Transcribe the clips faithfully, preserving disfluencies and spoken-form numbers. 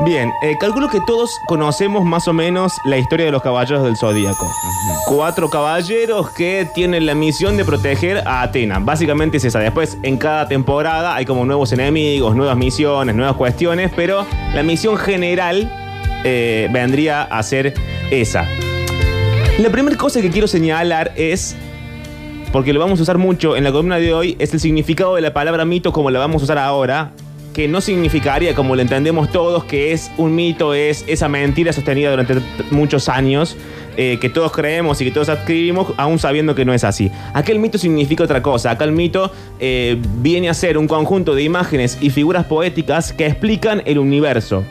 Bien, eh, calculo que todos conocemos más o menos la historia de los caballeros del Zodíaco. Uh-huh. Cuatro caballeros que tienen la misión de proteger a Atena. Básicamente es esa. Después, en cada temporada hay como nuevos enemigos, nuevas misiones, nuevas cuestiones, pero la misión general eh, vendría a ser esa. La primera cosa que quiero señalar es, porque lo vamos a usar mucho en la columna de hoy, es el significado de la palabra mito como la vamos a usar ahora, que no significaría como lo entendemos todos, que es un mito, es esa mentira sostenida durante t- muchos años, eh, que todos creemos y que todos adquirimos, aún sabiendo que no es así. Acá el mito significa otra cosa. Acá el mito eh, viene a ser un conjunto de imágenes y figuras poéticas que explican el universo,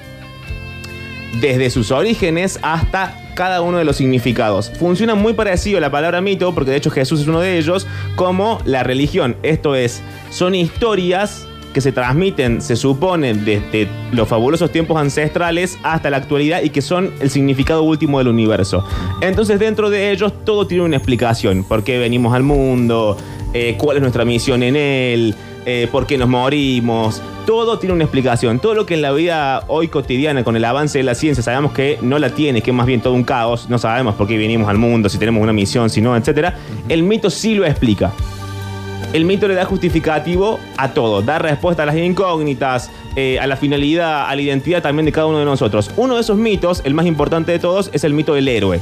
desde sus orígenes hasta cada uno de los significados. Funciona muy parecido a la palabra mito, porque de hecho Jesús es uno de ellos, como la religión. Esto es, son historias que se transmiten, se supone, desde los fabulosos tiempos ancestrales hasta la actualidad y que son el significado último del universo. Entonces, dentro de ellos, todo tiene una explicación. ¿Por qué venimos al mundo? Eh, ¿Cuál es nuestra misión en él? Eh, ¿Por qué nos morimos? Todo tiene una explicación. Todo lo que en la vida hoy cotidiana, con el avance de la ciencia, sabemos que no la tiene, que es más bien todo un caos. No sabemos por qué vinimos al mundo, si tenemos una misión, si no, etcétera. El mito sí lo explica. El mito le da justificativo a todo, da respuesta a las incógnitas, eh, a la finalidad, a la identidad también de cada uno de nosotros. Uno de esos mitos, el más importante de todos, es el mito del héroe.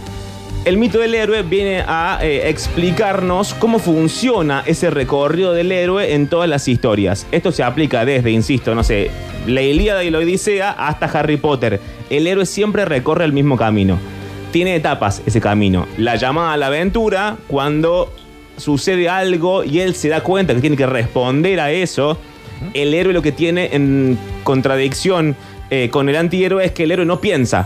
El mito del héroe viene a eh, explicarnos cómo funciona ese recorrido del héroe en todas las historias. Esto se aplica desde, insisto, no sé, la Ilíada y la Odisea hasta Harry Potter. El héroe siempre recorre el mismo camino. Tiene etapas ese camino. La llamada a la aventura, cuando sucede algo y él se da cuenta que tiene que responder a eso. El héroe lo que tiene en contradicción eh, con el antihéroe es que el héroe no piensa.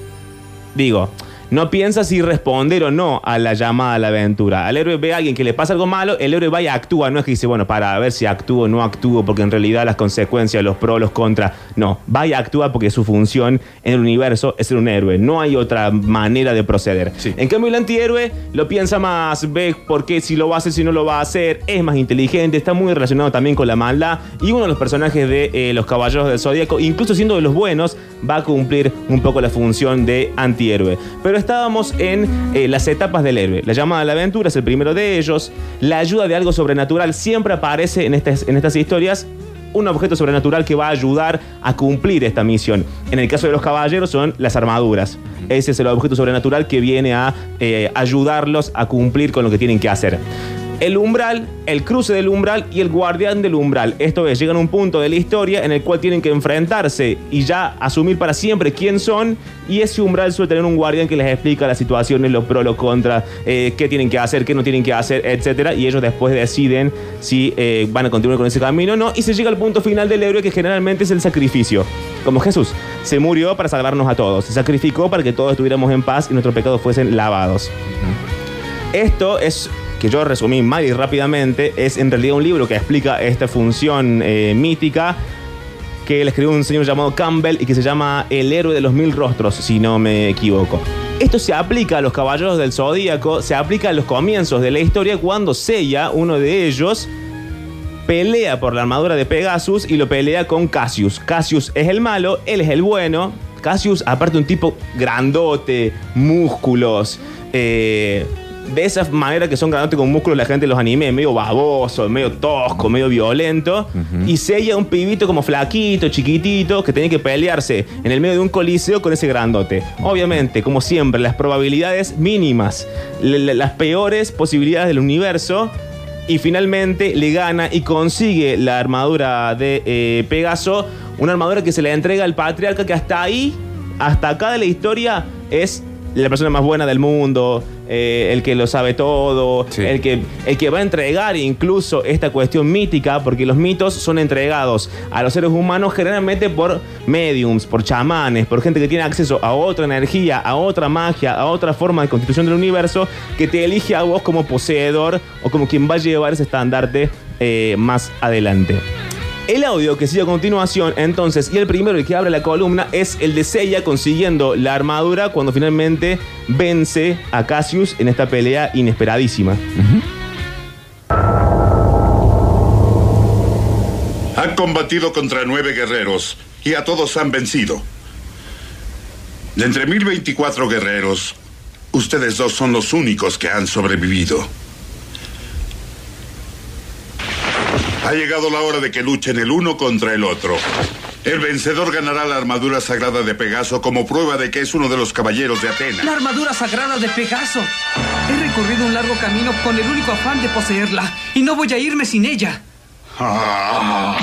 Digo, no piensa si responder o no a la llamada a la aventura. Al héroe ve a alguien que le pasa algo malo, el héroe va y actúa. No es que dice, bueno, para ver si actúo o no actúo, porque en realidad las consecuencias, los pros, los contras. No, va y actúa porque su función en el universo es ser un héroe. No hay otra manera de proceder. Sí. En cambio, el antihéroe lo piensa más, ve por qué, si lo va a hacer, si no lo va a hacer. Es más inteligente, está muy relacionado también con la maldad. Y uno de los personajes de eh, los Caballeros del Zodíaco, incluso siendo de los buenos, va a cumplir un poco la función de antihéroe. Pero estábamos en eh, las etapas del héroe. La llamada a la aventura es el primero de ellos. La ayuda de algo sobrenatural siempre aparece en estas, en estas historias. Un objeto sobrenatural que va a ayudar a cumplir esta misión. En el caso de los caballeros son las armaduras. Ese es el objeto sobrenatural que viene a eh, ayudarlos a cumplir con lo que tienen que hacer. El umbral, el cruce del umbral y el guardián del umbral. Esto es, llegan a un punto de la historia en el cual tienen que enfrentarse y ya asumir para siempre quién son. Y ese umbral suele tener un guardián que les explica las situaciones, los pros, los contras, eh, qué tienen que hacer, qué no tienen que hacer, etcétera. Y ellos después deciden si eh, van a continuar con ese camino o no. Y se llega al punto final del héroe, que generalmente es el sacrificio. Como Jesús, se murió para salvarnos a todos. Se sacrificó para que todos estuviéramos en paz y nuestros pecados fuesen lavados. Uh-huh. Esto es, que yo resumí mal y rápidamente, es en realidad un libro que explica esta función eh, mítica, que le escribió un señor llamado Campbell y que se llama El héroe de los mil rostros, si no me equivoco. Esto se aplica a los Caballeros del Zodíaco, se aplica a los comienzos de la historia, cuando Seiya, uno de ellos, pelea por la armadura de Pegasus y lo pelea con Cassius. Cassius es el malo, él es el bueno. Cassius, aparte, un tipo grandote, músculos, eh... de esa manera que son grandotes con músculos la gente de los animes, medio baboso, medio tosco, medio violento. Uh-huh. Y Seiya, un pibito como flaquito, chiquitito, que tenía que pelearse en el medio de un coliseo con ese grandote. Obviamente, como siempre, las probabilidades mínimas, l- las peores posibilidades del universo. Y finalmente le gana y consigue la armadura de eh, Pegaso. Una armadura que se le entrega al patriarca, que hasta ahí, hasta acá de la historia, es la persona más buena del mundo, eh, el que lo sabe todo, sí. el, que, el que va a entregar incluso esta cuestión mítica, porque los mitos son entregados a los seres humanos generalmente por mediums, por chamanes, por gente que tiene acceso a otra energía, a otra magia, a otra forma de constitución del universo, que te elige a vos como poseedor o como quien va a llevar ese estandarte eh, más adelante. El audio que sigue a continuación, entonces, y el primero, el que abre la columna, es el de Seiya consiguiendo la armadura cuando finalmente vence a Cassius en esta pelea inesperadísima. Uh-huh. Han combatido contra nueve guerreros y a todos han vencido. De entre mil veinticuatro guerreros, ustedes dos son los únicos que han sobrevivido. Ha llegado la hora de que luchen el uno contra el otro. El vencedor ganará la armadura sagrada de Pegaso como prueba de que es uno de los caballeros de Atena. ¡La armadura sagrada de Pegaso! He recorrido un largo camino con el único afán de poseerla y no voy a irme sin ella. Ah.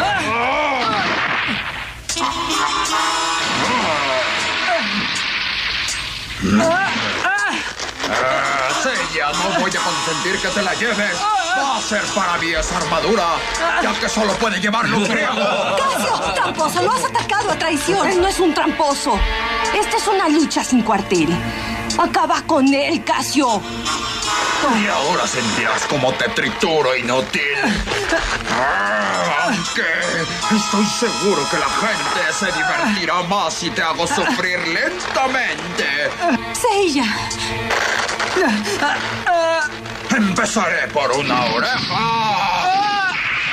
Ah, Seiya, no voy a consentir que te la lleves. Va a ser para mí esa armadura, ya que solo puede llevarlo un griego. ¡Casio! ¡Tramposo! ¡Lo has atacado a traición! Él no es un tramposo. Esta es una lucha sin cuartel. ¡Acaba con él, Casio! Y ahora sentirás como te trituro, inútil. Ah, aunque estoy seguro que la gente se divertirá más si te hago sufrir lentamente. ¡Seiya! Empezaré por una oreja.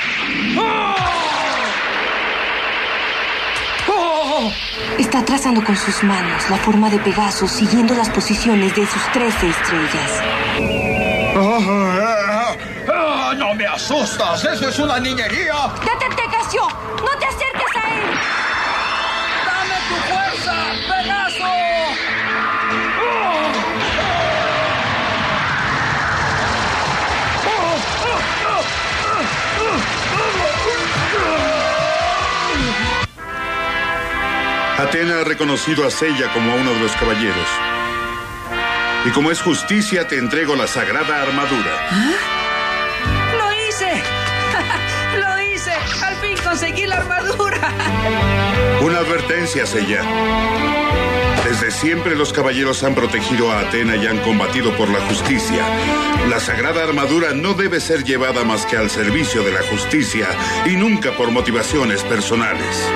Está trazando con sus manos la forma de Pegaso, siguiendo las posiciones de sus trece estrellas. Ah, ¡no me asustas! ¡Eso es una niñería! ¡Detente, Casio! ¡No te acerques a él! ¡Dame tu fuerza, Pegaso! Atena ha reconocido a Seiya como a uno de los caballeros. Y como es justicia, te entrego la sagrada armadura. ¿Ah? ¡Lo hice! ¡Lo hice! ¡Al fin conseguí la armadura! Una advertencia, Seiya. Desde siempre los caballeros han protegido a Atena y han combatido por la justicia. La sagrada armadura no debe ser llevada más que al servicio de la justicia y nunca por motivaciones personales.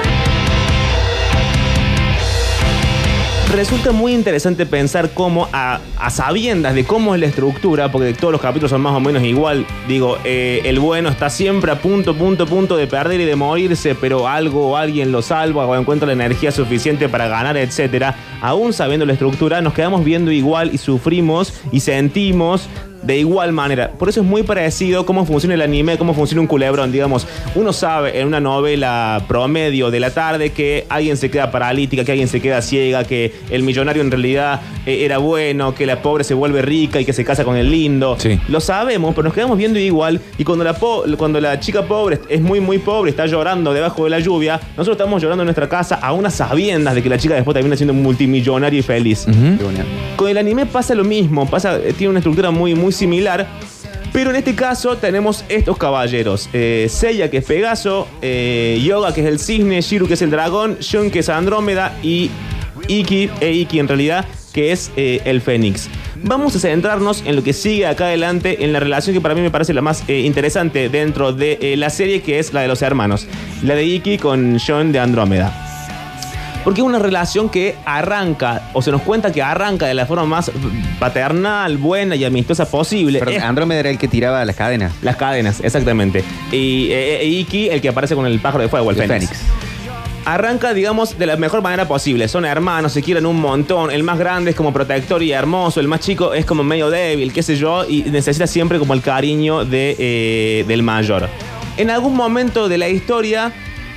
Resulta muy interesante pensar cómo, a, a sabiendas de cómo es la estructura, porque todos los capítulos son más o menos igual, digo, eh, el bueno está siempre a punto, punto, punto de perder y de morirse, pero algo o alguien lo salva o encuentra la energía suficiente para ganar, etcétera. Aún sabiendo la estructura, nos quedamos viendo igual y sufrimos y sentimos de igual manera. Por eso es muy parecido cómo funciona el anime, cómo funciona un culebrón. Digamos, uno sabe en una novela promedio de la tarde que alguien se queda paralítica, que alguien se queda ciega, que el millonario en realidad eh, era bueno, que la pobre se vuelve rica y que se casa con el lindo. Sí. Lo sabemos, pero nos quedamos viendo igual. Y cuando la, po- cuando la chica pobre es muy, muy pobre, está llorando debajo de la lluvia, nosotros estamos llorando en nuestra casa a unas sabiendas de que la chica después termina siendo multimillonaria y feliz. Uh-huh. Con el anime pasa lo mismo, pasa, tiene una estructura muy, muy similar, pero en este caso tenemos estos caballeros. Eh, Seiya, que es Pegaso, eh, Yoga, que es el cisne, Shiru, que es el dragón, Shun, que es Andrómeda, y Iki, e Iki en realidad, que es eh, el Fénix. Vamos a centrarnos en lo que sigue acá adelante, en la relación que para mí me parece la más eh, interesante dentro de eh, la serie, que es la de los hermanos. La de Iki con Shun de Andrómeda. Porque es una relación que arranca, o se nos cuenta que arranca de la forma más paternal, buena y amistosa posible. Pero Es- Andrómeda era el que tiraba las cadenas. Las cadenas, exactamente. Y eh, eh, Iki, el que aparece con el pájaro de fuego, el, El Fénix. Fénix. Arranca, digamos, de la mejor manera posible. Son hermanos, se quieren un montón. El más grande es como protector y hermoso. El más chico es como medio débil, qué sé yo. Y necesita siempre como el cariño de, eh, del mayor. En algún momento de la historia,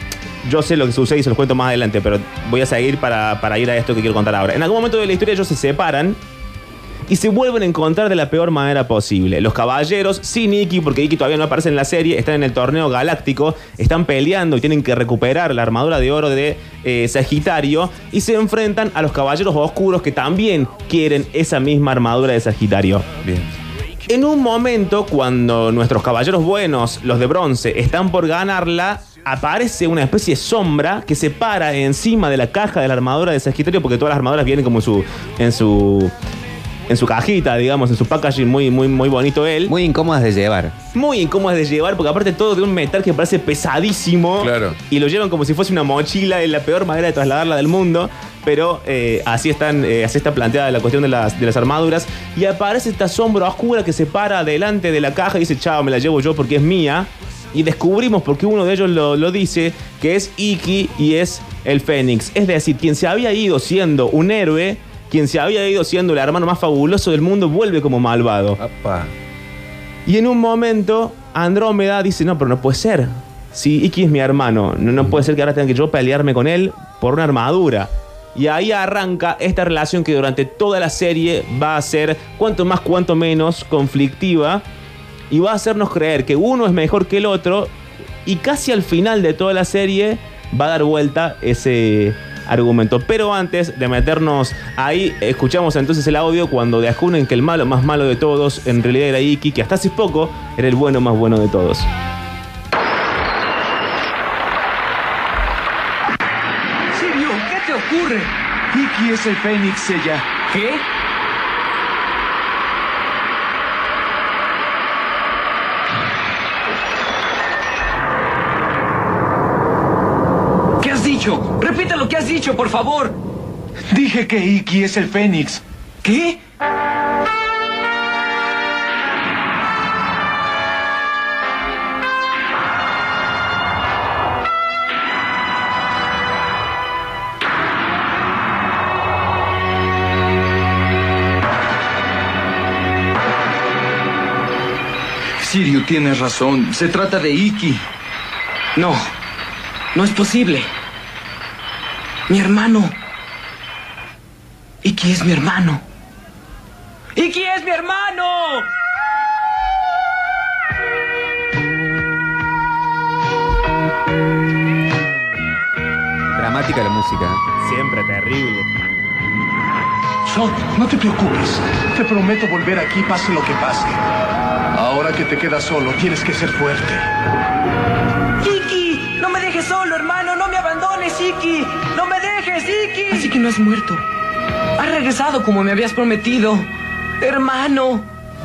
yo sé lo que sucede y se los cuento más adelante, pero voy a seguir para, para ir a esto que quiero contar ahora. En algún momento de la historia ellos se separan y se vuelven a encontrar de la peor manera posible. Los caballeros, sin Iki, porque Iki todavía no aparece en la serie, están en el torneo galáctico, están peleando y tienen que recuperar la armadura de oro de eh, Sagitario, y se enfrentan a los caballeros oscuros que también quieren esa misma armadura de Sagitario. Bien. En un momento, cuando nuestros caballeros buenos, los de bronce, están por ganarla, aparece una especie de sombra que se para encima de la caja de la armadura de Sagitario, porque todas las armaduras vienen como en su, en su, en su cajita, digamos, en su packaging muy, muy, muy bonito él. Muy incómodas de llevar. Muy incómodas de llevar, porque aparte todo de un metal que parece pesadísimo. Claro. Y lo llevan como si fuese una mochila, es la peor manera de trasladarla del mundo. Pero eh, así, están, eh, así está planteada la cuestión de las, de las armaduras. Y aparece esta sombra oscura que se para delante de la caja y dice, chao, me la llevo yo porque es mía. Y descubrimos, porque uno de ellos lo, lo dice, que es Iki y es el Fénix. Es decir, quien se había ido siendo un héroe, quien se había ido siendo el hermano más fabuloso del mundo, vuelve como malvado. Apa. Y en un momento, Andrómeda dice, no, pero no puede ser. Si Iki es mi hermano, no, no puede ser que ahora tenga que yo pelearme con él por una armadura. Y ahí arranca esta relación que durante toda la serie va a ser cuanto más, cuanto menos conflictiva. Y va a hacernos creer que uno es mejor que el otro. Y casi al final de toda la serie va a dar vuelta ese argumento. Pero antes de meternos ahí, escuchamos entonces el audio cuando descubren que el malo más malo de todos en realidad era Iki, que hasta hace poco era el bueno más bueno de todos. Sirio, ¿qué te ocurre? Iki es el Fénix, Seiya. ¿Qué? ¿Qué has dicho? Repite lo que has dicho, por favor. Dije que Iki es el Fénix. ¿Qué? Sirio, tienes razón. Se trata de Iki. No, no es posible. Mi hermano. Iki es mi hermano. ¡Iki es mi hermano! Dramática la música. Siempre terrible. Sean, no te preocupes. Te prometo volver aquí pase lo que pase. Ahora que te quedas solo, tienes que ser fuerte. ¡Iki! ¡No me dejes solo, hermano! ¡No me abandones, Iki! ¡No me dejes, Iki! Así que no has muerto. Has regresado como me habías prometido. Hermano.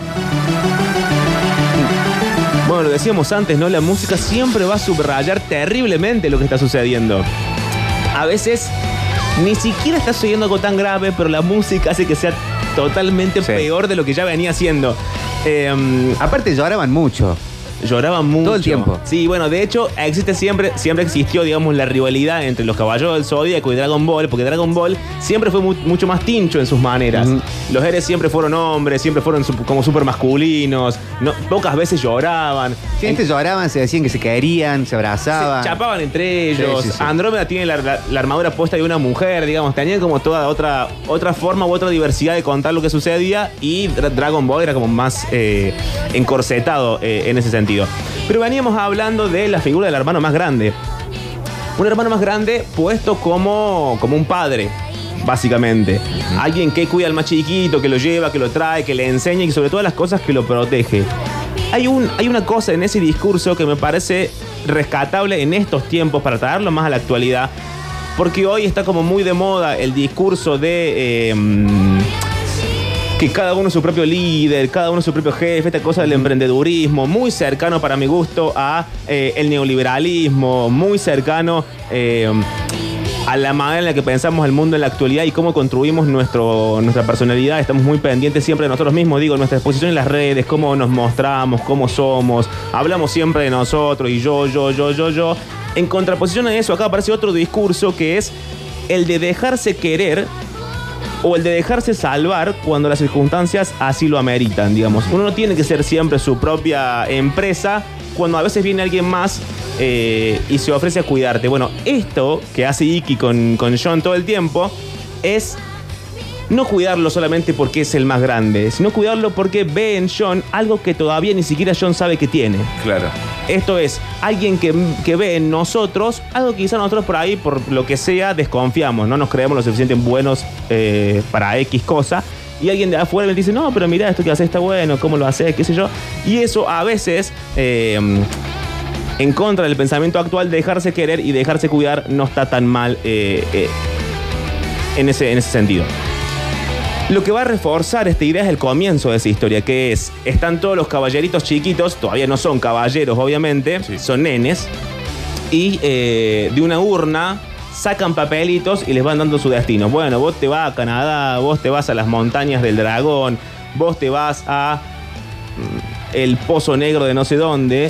Bueno, lo decíamos antes, ¿no? La música siempre va a subrayar terriblemente lo que está sucediendo. A veces ni siquiera está sucediendo algo tan grave, pero la música hace que sea totalmente sí. peor de lo que ya venía siendo. Eh, Aparte lloraban mucho. Lloraban mucho. Todo el tiempo. Sí, bueno, de hecho, existe siempre, siempre existió, digamos, la rivalidad entre los Caballeros del Zodíaco y Dragon Ball, porque Dragon Ball siempre fue mu mucho más tincho en sus maneras. Uh-huh. Los héroes siempre fueron hombres, siempre fueron su como súper masculinos, no, pocas veces lloraban. Siempre en... lloraban, se decían que se querían, se abrazaban. Se chapaban entre ellos. Sí, sí, sí. Andrómeda tiene la, la, la armadura puesta de una mujer, digamos, tenían como toda otra, otra forma u otra diversidad de contar lo que sucedía, y Dragon Ball era como más eh, encorsetado eh, en ese sentido. Pero veníamos hablando de la figura del hermano más grande. Un hermano más grande puesto como, como un padre, básicamente. Uh-huh. Alguien que cuida al más chiquito, que lo lleva, que lo trae, que le enseña y sobre todas las cosas que lo protege. Hay, un, hay una cosa en ese discurso que me parece rescatable en estos tiempos para traerlo más a la actualidad, porque hoy está como muy de moda el discurso de... Eh, que cada uno es su propio líder, cada uno es su propio jefe, esta cosa del emprendedurismo, muy cercano para mi gusto a eh, el neoliberalismo, muy cercano eh, a la manera en la que pensamos el mundo en la actualidad y cómo construimos nuestro, nuestra personalidad. Estamos muy pendientes siempre de nosotros mismos, digo, nuestra exposición en las redes, cómo nos mostramos, cómo somos, hablamos siempre de nosotros y yo, yo, yo, yo, yo. En contraposición a eso, acá aparece otro discurso que es el de dejarse querer o el de dejarse salvar cuando las circunstancias así lo ameritan, digamos. Uno no tiene que ser siempre su propia empresa cuando a veces viene alguien más eh, y se ofrece a cuidarte. Bueno, esto que hace Iki con, con Sean todo el tiempo es no cuidarlo solamente porque es el más grande, sino cuidarlo porque ve en Sean algo que todavía ni siquiera Sean sabe que tiene. Claro. Esto es, alguien que, que ve en nosotros algo que quizá nosotros por ahí, por lo que sea, desconfiamos. No nos creemos lo suficientemente buenos eh, para X cosa. Y alguien de afuera me dice, no, pero mirá, esto que haces está bueno, cómo lo haces, qué sé yo. Y eso a veces, eh, en contra del pensamiento actual, dejarse querer y dejarse cuidar no está tan mal eh, eh, en, ese, en ese sentido. Lo que va a reforzar esta idea es el comienzo de esa historia, que es, están todos los caballeritos chiquitos, todavía no son caballeros, obviamente, sí. Son nenes, y eh, de una urna sacan papelitos y les van dando su destino. Bueno, vos te vas a Canadá, vos te vas a las montañas del dragón, vos te vas a mm, el pozo negro de no sé dónde, sí.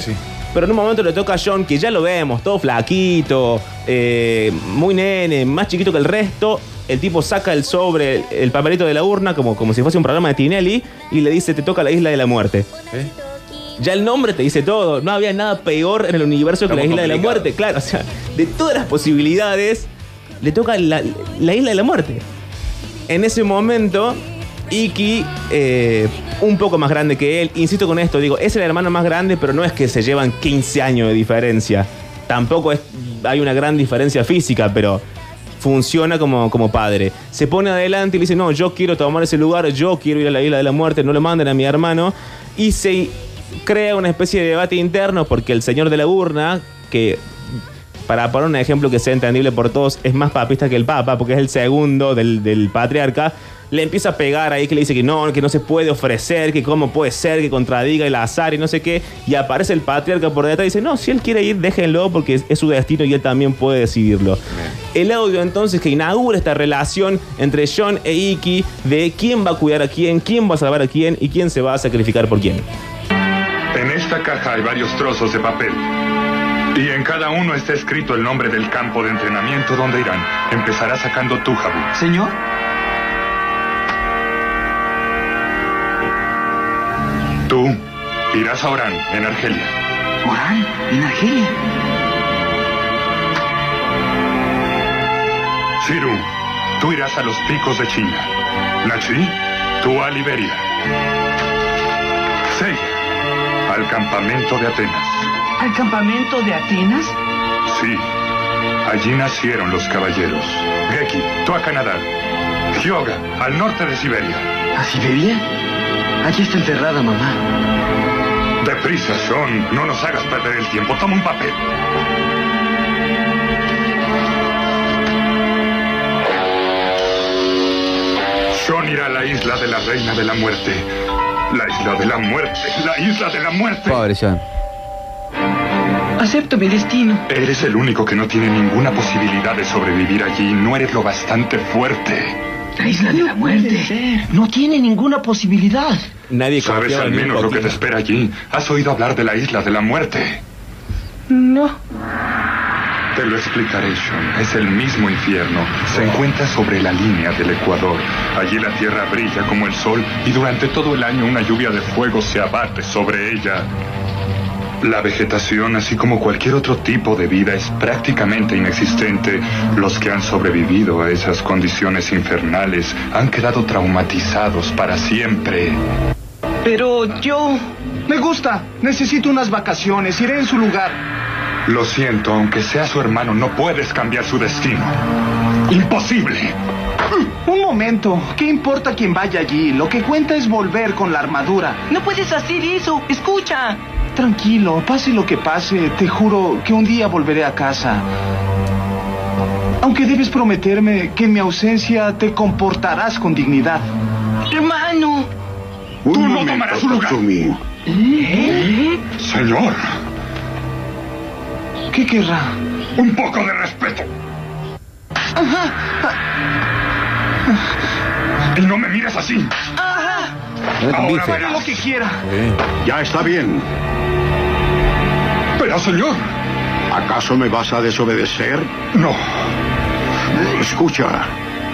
Pero en un momento le toca a Jon, que ya lo vemos, todo flaquito, eh, muy nene, más chiquito que el resto. El tipo saca el sobre, el, el papelito de la urna, como, como si fuese un programa de Tinelli, y le dice, te toca la isla de la muerte. ¿Eh? Ya el nombre te dice todo. No había nada peor en el universo que la isla de la muerte. Claro, o sea, de todas las posibilidades, le toca la, la isla de la muerte. En ese momento, Iki, eh, un poco más grande que él, insisto con esto, digo, es el hermano más grande, pero no es que se llevan quince años de diferencia. Tampoco es, hay una gran diferencia física, pero funciona como, como padre. Se pone adelante y le dice, no, yo quiero tomar ese lugar, yo quiero ir a la isla de la muerte, no le manden a mi hermano. Y se crea una especie de debate interno porque el señor de la urna, que para poner un ejemplo que sea entendible por todos, es más papista que el papa, porque es el segundo del, del patriarca, le empieza a pegar ahí, que le dice que no, que no se puede ofrecer, que cómo puede ser, que contradiga el azar y no sé qué, y aparece el patriarca por detrás y dice, no, si él quiere ir, déjenlo, porque es, es su destino y él también puede decidirlo. Bien. El audio entonces que inaugura esta relación entre Jon e Iki, de quién va a cuidar a quién, quién va a salvar a quién y quién se va a sacrificar por quién. En esta caja hay varios trozos de papel. Y en cada uno está escrito el nombre del campo de entrenamiento donde irán. Empezará sacando tú, Jabu. Señor. Tú irás a Orán, en Argelia. ¿Orán? ¿En Argelia? Shiru, tú irás a los picos de China. Nachi, tú a Liberia. Seiya, al campamento de Atenas. ¿Al campamento de Atenas? Sí, allí nacieron los caballeros. Geki, tú a Canadá. Hyoga, al norte de Siberia. ¿A Siberia? Allí está enterrada mamá. Deprisa, Jon, no nos hagas perder el tiempo. Toma un papel. Jon irá a la isla de la reina de la muerte. La isla de la muerte, la isla de la muerte. Pobre Jon. Acepto mi destino. Eres el único que no tiene ninguna posibilidad de sobrevivir allí. No eres lo bastante fuerte. La isla de la muerte. No tiene ninguna posibilidad. Nadie ¿Sabes al menos lo que te espera allí? ¿Has oído hablar de la isla de la muerte? No. Te lo explicaré, Jon. Es el mismo infierno. Se encuentra sobre la línea del Ecuador. Allí la tierra brilla como el sol y durante todo el año una lluvia de fuego se abate sobre ella. La vegetación, así como cualquier otro tipo de vida, es prácticamente inexistente. Los que han sobrevivido a esas condiciones infernales han quedado traumatizados para siempre. Pero yo... Me gusta. Necesito unas vacaciones. Iré en su lugar. Lo siento, aunque sea su hermano, no puedes cambiar su destino. ¡Imposible! Un momento. ¿Qué importa quién vaya allí? Lo que cuenta es volver con la armadura. No puedes hacer eso. Escucha. Tranquilo, pase lo que pase, te juro que un día volveré a casa. Aunque debes prometerme que en mi ausencia te comportarás con dignidad. Hermano. Un Tú no tomarás su lugar. ¿Eh? Señor. ¿Qué querrá? Un poco de respeto. Ajá. Y no me mires así. Ajá. Ahora haré lo que quiera. Eh, ya está bien. Pero, señor. ¿Acaso me vas a desobedecer? No. Escucha.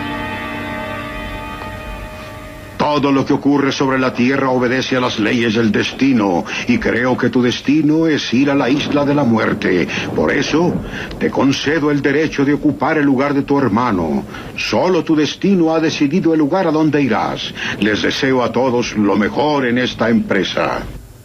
Todo lo que ocurre sobre la tierra obedece a las leyes del destino, y creo que tu destino es ir a la isla de la muerte. Por eso, te concedo el derecho de ocupar el lugar de tu hermano. Solo tu destino ha decidido el lugar a donde irás. Les deseo a todos lo mejor en esta empresa.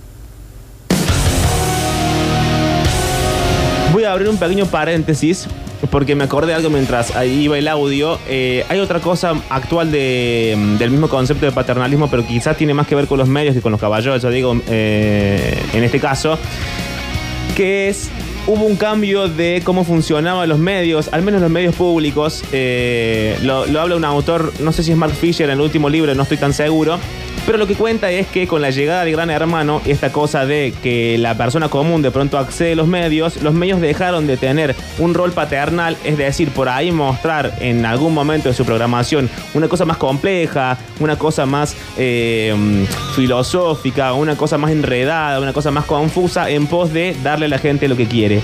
Voy a abrir un pequeño paréntesis porque me acordé de algo mientras ahí iba el audio. Eh, hay otra cosa actual de, del mismo concepto de paternalismo, pero quizás tiene más que ver con los medios que con los caballeros, yo digo, eh, en este caso, que es, hubo un cambio de cómo funcionaban los medios, al menos los medios públicos. Eh, lo, lo habla un autor, no sé si es Mark Fisher en el último libro, no estoy tan seguro, Pero lo que cuenta es que con la llegada del Gran Hermano, esta cosa de que la persona común de pronto accede a los medios, los medios dejaron de tener un rol paternal, es decir, por ahí mostrar en algún momento de su programación una cosa más compleja, una cosa más eh, filosófica, una cosa más enredada, una cosa más confusa, en pos de darle a la gente lo que quiere.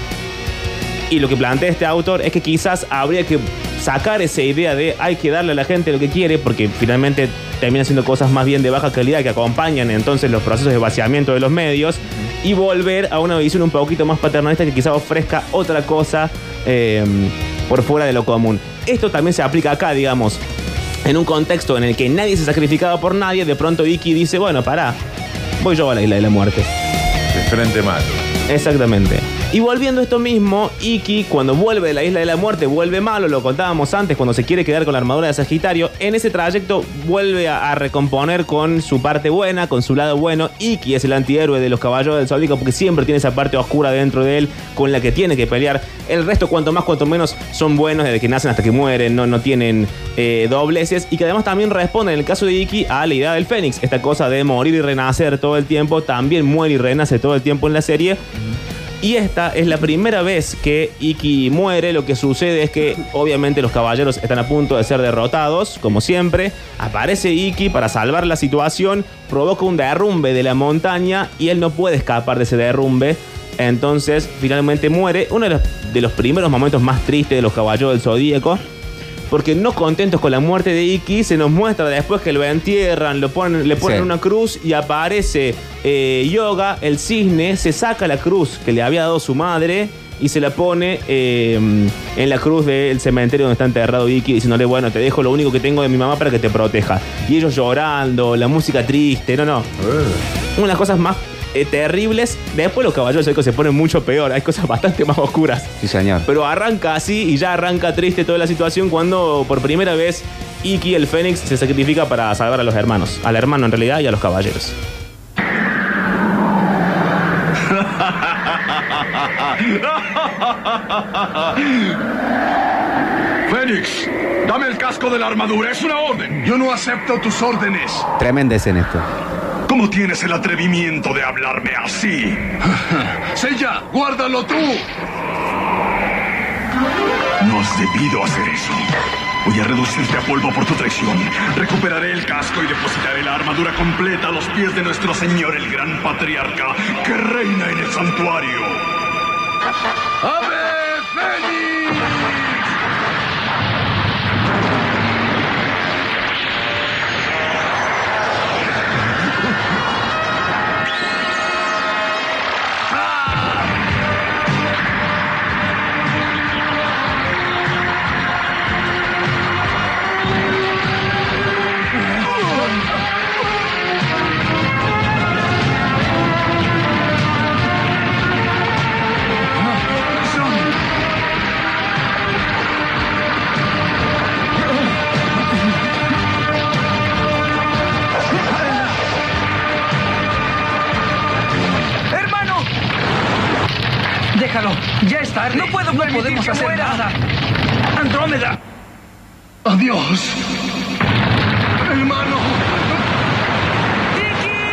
Y lo que plantea este autor es que quizás habría que sacar esa idea de hay que darle a la gente lo que quiere, porque finalmente termina siendo cosas más bien de baja calidad que acompañan entonces los procesos de vaciamiento de los medios, y volver a una visión un poquito más paternalista que quizás ofrezca otra cosa eh, por fuera de lo común. Esto también se aplica acá, digamos, en un contexto en el que nadie se sacrificaba por nadie. De pronto Iki dice, bueno, pará, voy yo a la Isla de la Muerte. De frente malo. Exactamente. Y volviendo a esto mismo, Iki, cuando vuelve de la Isla de la Muerte, vuelve malo, lo contábamos antes, cuando se quiere quedar con la armadura de Sagitario. En ese trayecto vuelve a, a recomponer con su parte buena, con su lado bueno. Iki es el antihéroe de los Caballeros del Zodíaco porque siempre tiene esa parte oscura dentro de él con la que tiene que pelear. El resto, cuanto más, cuanto menos, son buenos desde que nacen hasta que mueren, no, no tienen eh, dobleces. Y que además también responden, en el caso de Iki, a la idea del Fénix. Esta cosa de morir y renacer todo el tiempo. También muere y renace todo el tiempo en la serie. Y esta es la primera vez que Iki muere. Lo que sucede es que obviamente los caballeros están a punto de ser derrotados, como siempre. Aparece Iki para salvar la situación, provoca un derrumbe de la montaña y él no puede escapar de ese derrumbe. Entonces finalmente muere. Uno de los, de los primeros momentos más tristes de los Caballeros del Zodíaco, porque no contentos con la muerte de Iki, se nos muestra después que lo entierran, lo ponen, le ponen sí. una cruz y aparece eh, Yoga, el cisne, se saca la cruz que le había dado su madre y se la pone eh, en la cruz del cementerio donde está enterrado Iki, diciéndole, bueno, te dejo lo único que tengo de mi mamá para que te proteja. Y ellos llorando, la música triste, no, no. Uh. Una de las cosas más Eh, terribles. Después los Caballeros del Zodíaco se ponen mucho peor. Hay cosas bastante más oscuras. Sí, señor. Pero arranca así y ya arranca triste toda la situación cuando por primera vez Iki, el Fénix, se sacrifica para salvar a los hermanos. Al hermano en realidad y a los caballeros. Fénix, dame el casco de la armadura. Es una orden. Yo no acepto tus órdenes. Tremenda escena esto. ¿Cómo tienes el atrevimiento de hablarme así? Seiya, guárdalo tú. No has debido hacer eso. Voy a reducirte a polvo por tu traición. Recuperaré el casco y depositaré la armadura completa a los pies de nuestro señor, el gran patriarca, que reina en el santuario. ¡Ave Fénix! Déjalo, ya es tarde. No puedo, no podemos hacer muera. nada. Andrómeda. Adiós, hermano. ¡Iki!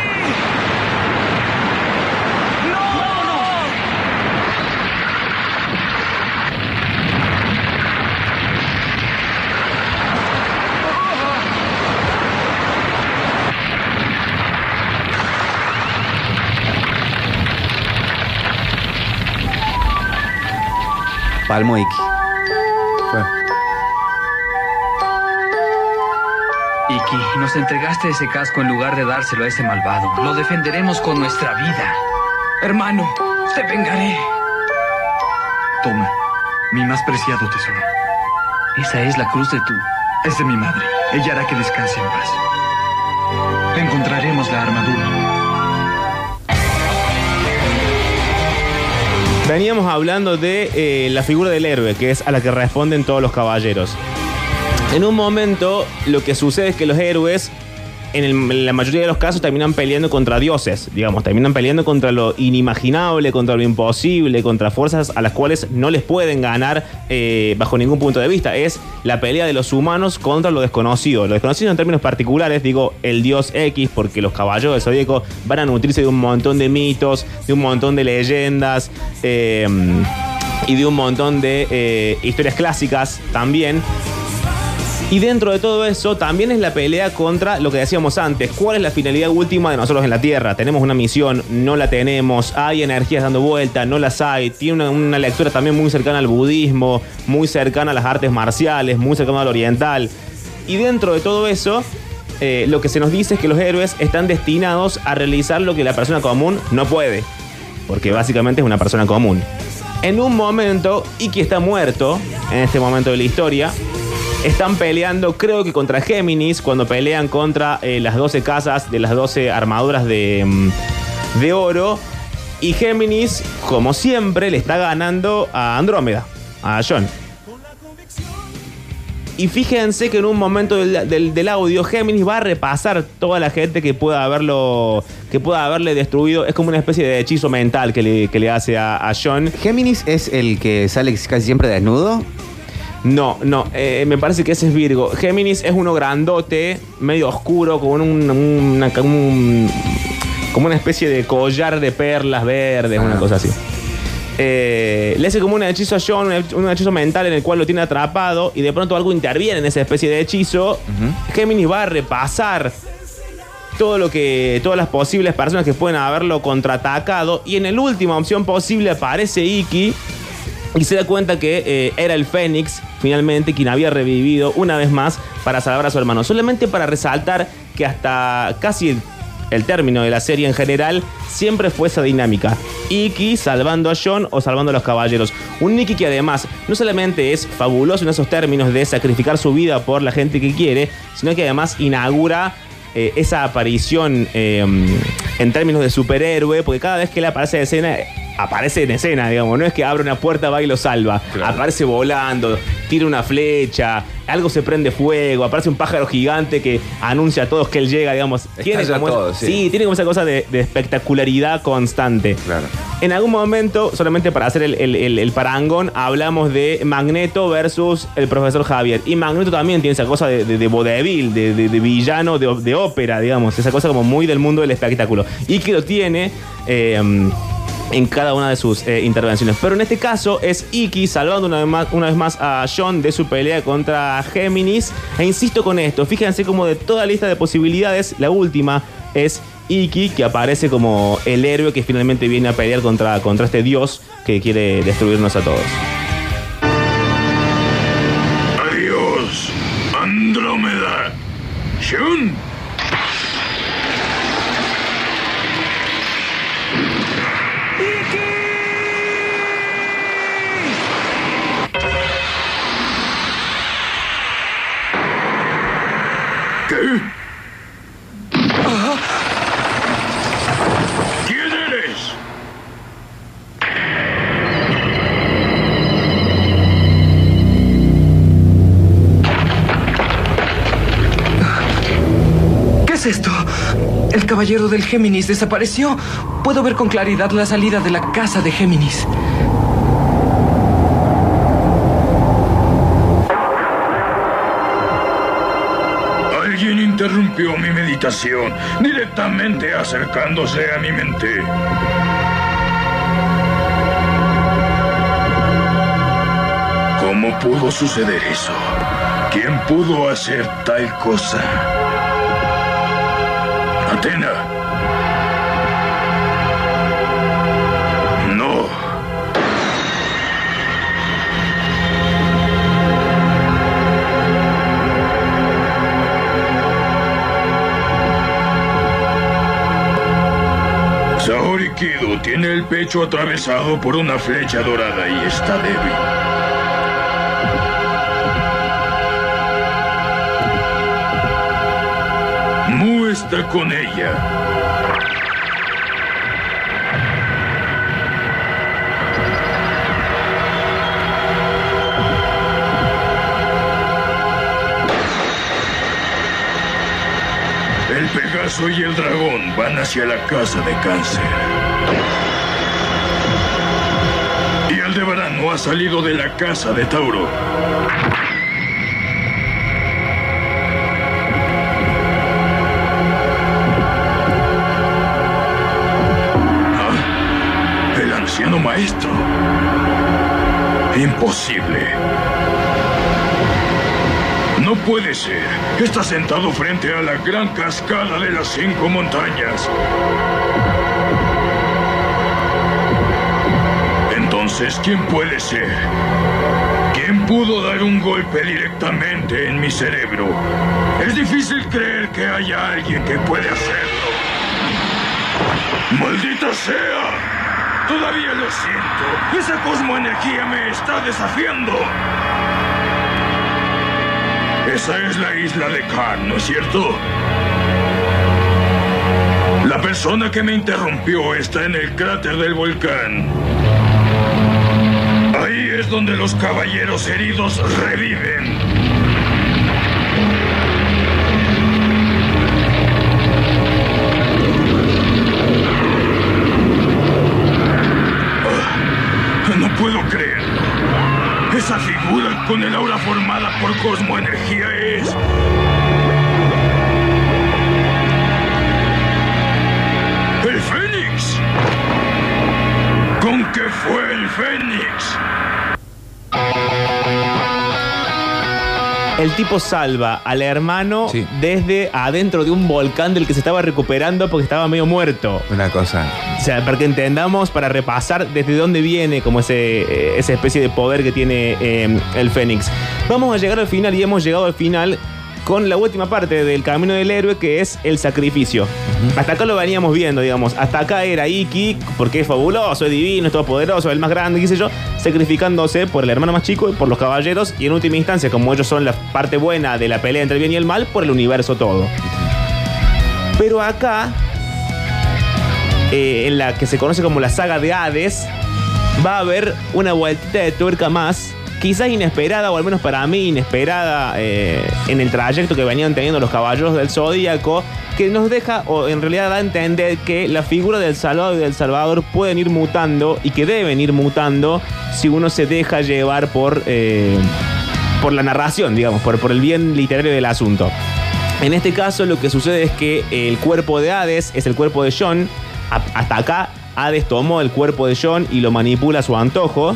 ¡No! Palmo Iki. Fue. Iki, nos entregaste ese casco en lugar de dárselo a ese malvado. Lo defenderemos con nuestra vida. Hermano, te vengaré. Toma, mi más preciado tesoro. Esa es la cruz de tu... Es de mi madre. Ella hará que descanse en paz. Encontraremos la armadura. Veníamos hablando de eh, la figura del héroe, que es a la que responden todos los caballeros. En un momento, lo que sucede es que los héroes en, el, en la mayoría de los casos terminan peleando contra dioses, digamos, terminan peleando contra lo inimaginable, contra lo imposible, contra fuerzas a las cuales no les pueden ganar eh, bajo ningún punto de vista. Es la pelea de los humanos contra lo desconocido. Lo desconocido en términos particulares, digo, el dios X, porque los caballeros del Zodíaco van a nutrirse de un montón de mitos, de un montón de leyendas, eh, y de un montón de eh, historias clásicas también. Y dentro de todo eso también es la pelea contra lo que decíamos antes. ¿Cuál es la finalidad última de nosotros en la Tierra? ¿Tenemos una misión? ¿No la tenemos? ¿Hay energías dando vuelta? ¿No las hay? Tiene una, una lectura también muy cercana al budismo, muy cercana a las artes marciales, muy cercana al oriental. Y dentro de todo eso, eh, lo que se nos dice es que los héroes están destinados a realizar lo que la persona común no puede. Porque básicamente es una persona común. En un momento, Ikki está muerto, en este momento de la historia. Están peleando, creo que contra Géminis, cuando pelean contra eh, las doce casas de las doce armaduras de, de oro. Y Géminis, como siempre, le está ganando a Andrómeda, a Jon. Y fíjense que en un momento del, del, del audio, Géminis va a repasar toda la gente que pueda haberlo, que pueda haberle destruido. Es como una especie de hechizo mental que le, que le hace a, a Jon. ¿Géminis es el que sale casi siempre desnudo? No, no, eh, me parece que ese es Virgo. Géminis es uno grandote, medio oscuro, con un, una, un, como una especie de collar de perlas verdes, ah. una cosa así. Eh, le hace como un hechizo a Jon, un, un hechizo mental en el cual lo tiene atrapado y de pronto algo interviene en esa especie de hechizo. Uh-huh. Géminis va a repasar todo lo que, todas las posibles personas que pueden haberlo contraatacado y en la última opción posible aparece Ikki. Y se da cuenta que eh, era el Fénix, finalmente, quien había revivido una vez más para salvar a su hermano. Solamente para resaltar que hasta casi el, el término de la serie en general, siempre fue esa dinámica. Ikki salvando a Jon o salvando a los caballeros. Un Ikki que además no solamente es fabuloso en esos términos de sacrificar su vida por la gente que quiere, sino que además inaugura eh, esa aparición eh, en términos de superhéroe, porque cada vez que él aparece en escena... aparece en escena, digamos, no es que abre una puerta, va y lo salva. Claro. Aparece volando, tira una flecha, algo se prende fuego, aparece un pájaro gigante que anuncia a todos que él llega, digamos. Tiene como, todo, esa, sí. Sí, tiene como esa cosa de, de espectacularidad constante. Claro. En algún momento, solamente para hacer el, el, el, el parangón, hablamos de Magneto versus el profesor Javier. Y Magneto también tiene esa cosa de, de, de vodevil, de, de, de villano, de, de ópera, digamos. Esa cosa como muy del mundo del espectáculo. Y que lo tiene... Eh, en cada una de sus eh, intervenciones. Pero en este caso es Ikki salvando una vez, más, una vez más a Jon de su pelea contra Géminis. E insisto con esto, fíjense como de toda la lista de posibilidades, la última es Ikki, que aparece como el héroe que finalmente viene a pelear contra, contra este dios que quiere destruirnos a todos. Adiós, Andrómeda. Jon. ¿Qué? ¿Ah? ¿Quién eres? ¿Qué es esto? El caballero del Géminis desapareció. Puedo ver con claridad la salida de la casa de Géminis. Alguien interrumpió mi meditación, directamente acercándose a mi mente. ¿Cómo pudo suceder eso? ¿Quién pudo hacer tal cosa? Atena. No. Saori Kido tiene el pecho atravesado por una flecha dorada y está débil. Mu está con ella. El Pegaso y el dragón van hacia la casa de Cáncer. Y Aldebarán no ha salido de la casa de Tauro. ¿Ah? El anciano maestro. Imposible. No puede ser. Está sentado frente a la gran cascada de las cinco montañas. Entonces, ¿quién puede ser? ¿Quién pudo dar un golpe directamente en mi cerebro? Es difícil creer que haya alguien que puede hacerlo. ¡Maldita sea! Todavía lo siento. Esa cosmoenergía me está desafiando. Esa es la isla de Khan, ¿no es cierto? La persona que me interrumpió está en el cráter del volcán. Ahí es donde los caballeros heridos reviven. Ah, no puedo creerlo. Esa figura con el aura formada por cosmoenergía es... ¡el Fénix! ¿Con qué fue el Fénix? El tipo salva al hermano Sí. desde adentro de un volcán del que se estaba recuperando porque estaba medio muerto. Una cosa. O sea, para que entendamos, para repasar desde dónde viene como ese, eh, esa especie de poder que tiene eh, el Fénix. Vamos a llegar al final y hemos llegado al final con la última parte del camino del héroe, que es el sacrificio. Uh-huh. Hasta acá lo veníamos viendo, digamos. Hasta acá era Ikki, porque es fabuloso, es divino, es todopoderoso, es el más grande, qué sé yo, sacrificándose por el hermano más chico y por los caballeros, y en última instancia, como ellos son la parte buena de la pelea entre el bien y el mal, por el universo todo. Pero acá, eh, en la que se conoce como la saga de Hades, va a haber una vueltita de tuerca más, quizás inesperada, o al menos para mí inesperada, eh, en el trayecto que venían teniendo los caballeros del Zodíaco, que nos deja, o en realidad da a entender que la figura del Salvador y del Salvador pueden ir mutando, y que deben ir mutando si uno se deja llevar por, eh, por la narración, digamos, por, por el bien literario del asunto. En este caso lo que sucede es que el cuerpo de Hades es el cuerpo de Jon. Hasta acá Hades tomó el cuerpo de Jon y lo manipula a su antojo.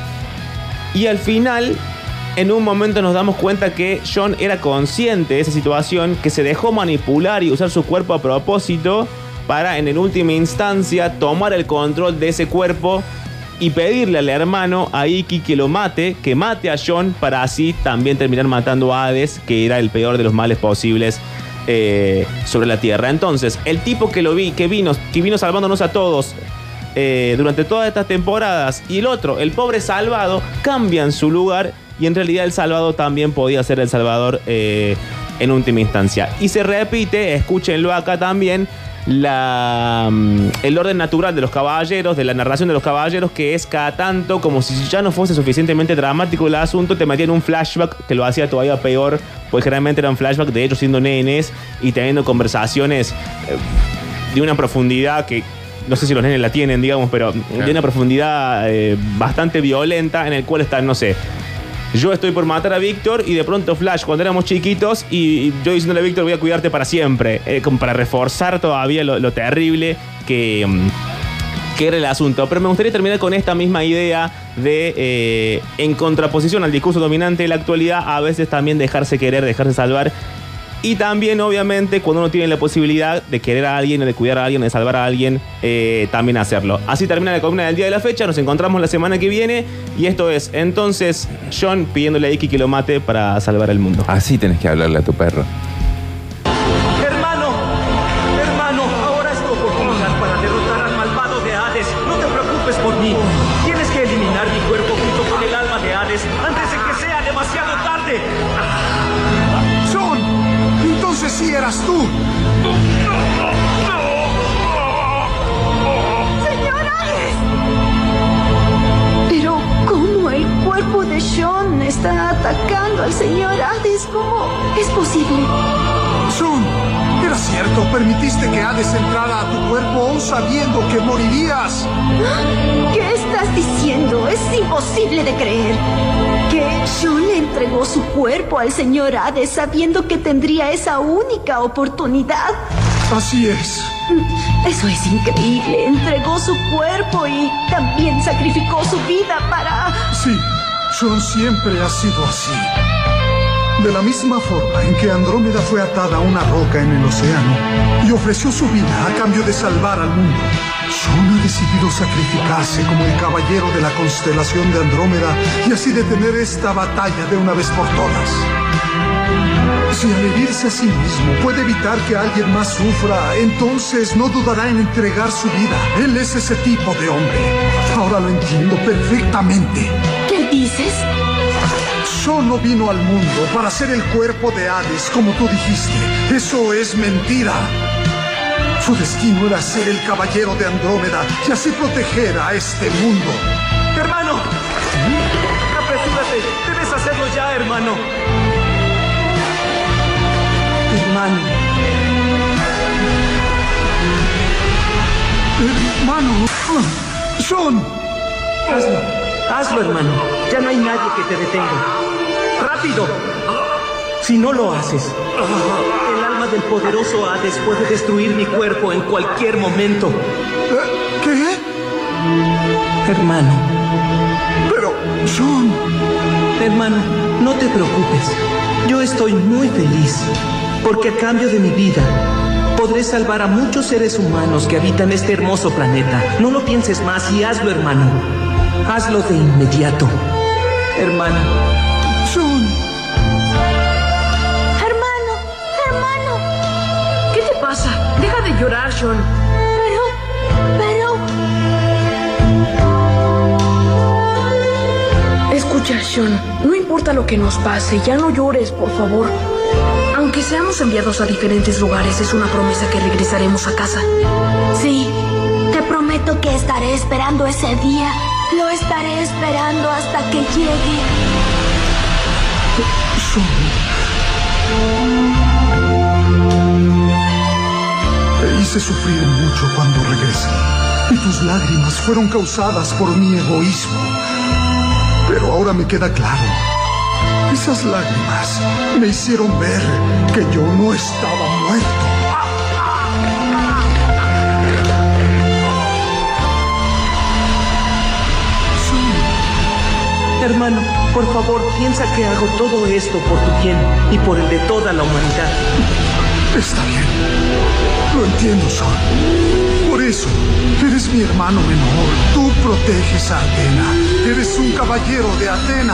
Y al final, en un momento nos damos cuenta que Jon era consciente de esa situación, que se dejó manipular y usar su cuerpo a propósito para, en última instancia, tomar el control de ese cuerpo y pedirle al hermano, a Ikki, que lo mate, que mate a Jon, para así también terminar matando a Hades, que era el peor de los males posibles eh, sobre la tierra. Entonces, el tipo que lo vi, que vino, que vino salvándonos a todos Eh, durante todas estas temporadas, y el otro, el pobre Salvado, cambian su lugar, y en realidad el Salvado también podía ser el Salvador eh, en última instancia. Y se repite, escúchenlo acá también, la, el orden natural de los caballeros, de la narración de los caballeros, que es cada tanto, como si ya no fuese suficientemente dramático el asunto, te metían un flashback que lo hacía todavía peor, pues generalmente eran flashbacks de ellos siendo nenes y teniendo conversaciones eh, de una profundidad que no sé si los nenes la tienen, digamos, pero claro, de una profundidad eh, bastante violenta, en el cual están, no sé, yo estoy por matar a Víctor y de pronto Flash cuando éramos chiquitos y yo diciéndole a Víctor voy a cuidarte para siempre, eh, como para reforzar todavía lo, lo terrible que, que era el asunto. Pero me gustaría terminar con esta misma idea de, eh, en contraposición al discurso dominante de la actualidad, a veces también dejarse querer, dejarse salvar. Y también, obviamente, cuando uno tiene la posibilidad de querer a alguien, o de cuidar a alguien, de salvar a alguien, eh, también hacerlo. Así termina la columna del día de la fecha. Nos encontramos la semana que viene. Y esto es, entonces, Jon pidiéndole a Ikki que lo mate para salvar el mundo. Así tenés que hablarle a tu perro. Hermano, hermano, ahora es tu oportunidad para derrotar al malvado de Hades. No te preocupes por mí. Tienes que eliminar mi cuerpo junto con el alma de Hades antes de que sea demasiado tarde. ¡Jon! Entonces sí eras tú. ¡Señor Hades! Pero, ¿cómo el cuerpo de Jon está atacando al señor Hades? ¿Cómo es posible? ¡Jon! ¿Era cierto? Pero permitiste que Hades entrara a tu cuerpo aún sabiendo que morirías. ¿Qué estás diciendo? Es imposible de creer. Que Sean le entregó su cuerpo al señor Hades sabiendo que tendría esa única oportunidad. Así es. Eso es increíble. Entregó su cuerpo y también sacrificó su vida para... Sí, Sean siempre ha sido así. De la misma forma en que Andrómeda fue atada a una roca en el océano y ofreció su vida a cambio de salvar al mundo, Sean ha decidido sacrificarse como el caballero de la constelación de Andrómeda y así detener esta batalla de una vez por todas. Si al herirse a sí mismo puede evitar que alguien más sufra, entonces no dudará en entregar su vida. Él es ese tipo de hombre. Ahora lo entiendo perfectamente. ¿Qué dices? Sean no vino al mundo para ser el cuerpo de Hades, como tú dijiste. Eso es mentira. Su destino era ser el caballero de Andrómeda y así proteger a este mundo. ¡Hermano! ¡Apresúrate! ¡Debes hacerlo ya, hermano! Hermano. Hermano. Sean. Hazlo. Hazlo, hermano. Ya no hay nadie que te detenga. ¡Rápido! Si no lo haces, el alma del poderoso Hades puede destruir mi cuerpo en cualquier momento. ¿Qué? Hermano. Pero, Sean. Hermano, no te preocupes. Yo estoy muy feliz. Porque a cambio de mi vida, podré salvar a muchos seres humanos que habitan este hermoso planeta. No lo pienses más y hazlo, hermano. Hazlo de inmediato. Hermano. Sean. Hermano, hermano. ¿Qué te pasa? Deja de llorar, Sean. Pero, pero... Escucha, Sean. No importa lo que nos pase, ya no llores, por favor. Aunque seamos enviados a diferentes lugares, es una promesa que regresaremos a casa. Sí, te prometo que estaré esperando ese día. Lo estaré esperando hasta que llegue. Te hice sufrir mucho cuando regresé. Y tus lágrimas fueron causadas por mi egoísmo. Pero ahora me queda claro. Esas lágrimas me hicieron ver que yo no estaba muerto. Sí. Hermano, por favor, piensa que hago todo esto por tu bien y por el de toda la humanidad. Está bien. Lo entiendo, Sean. Por eso, eres mi hermano menor. Tú proteges a Atena. Eres un caballero de Atena.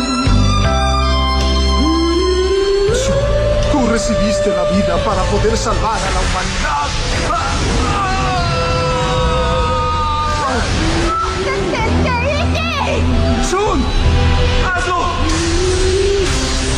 Tú recibiste la vida para poder salvar a la humanidad. ¿Qué hice? ¡Sean! ¡Hazlo!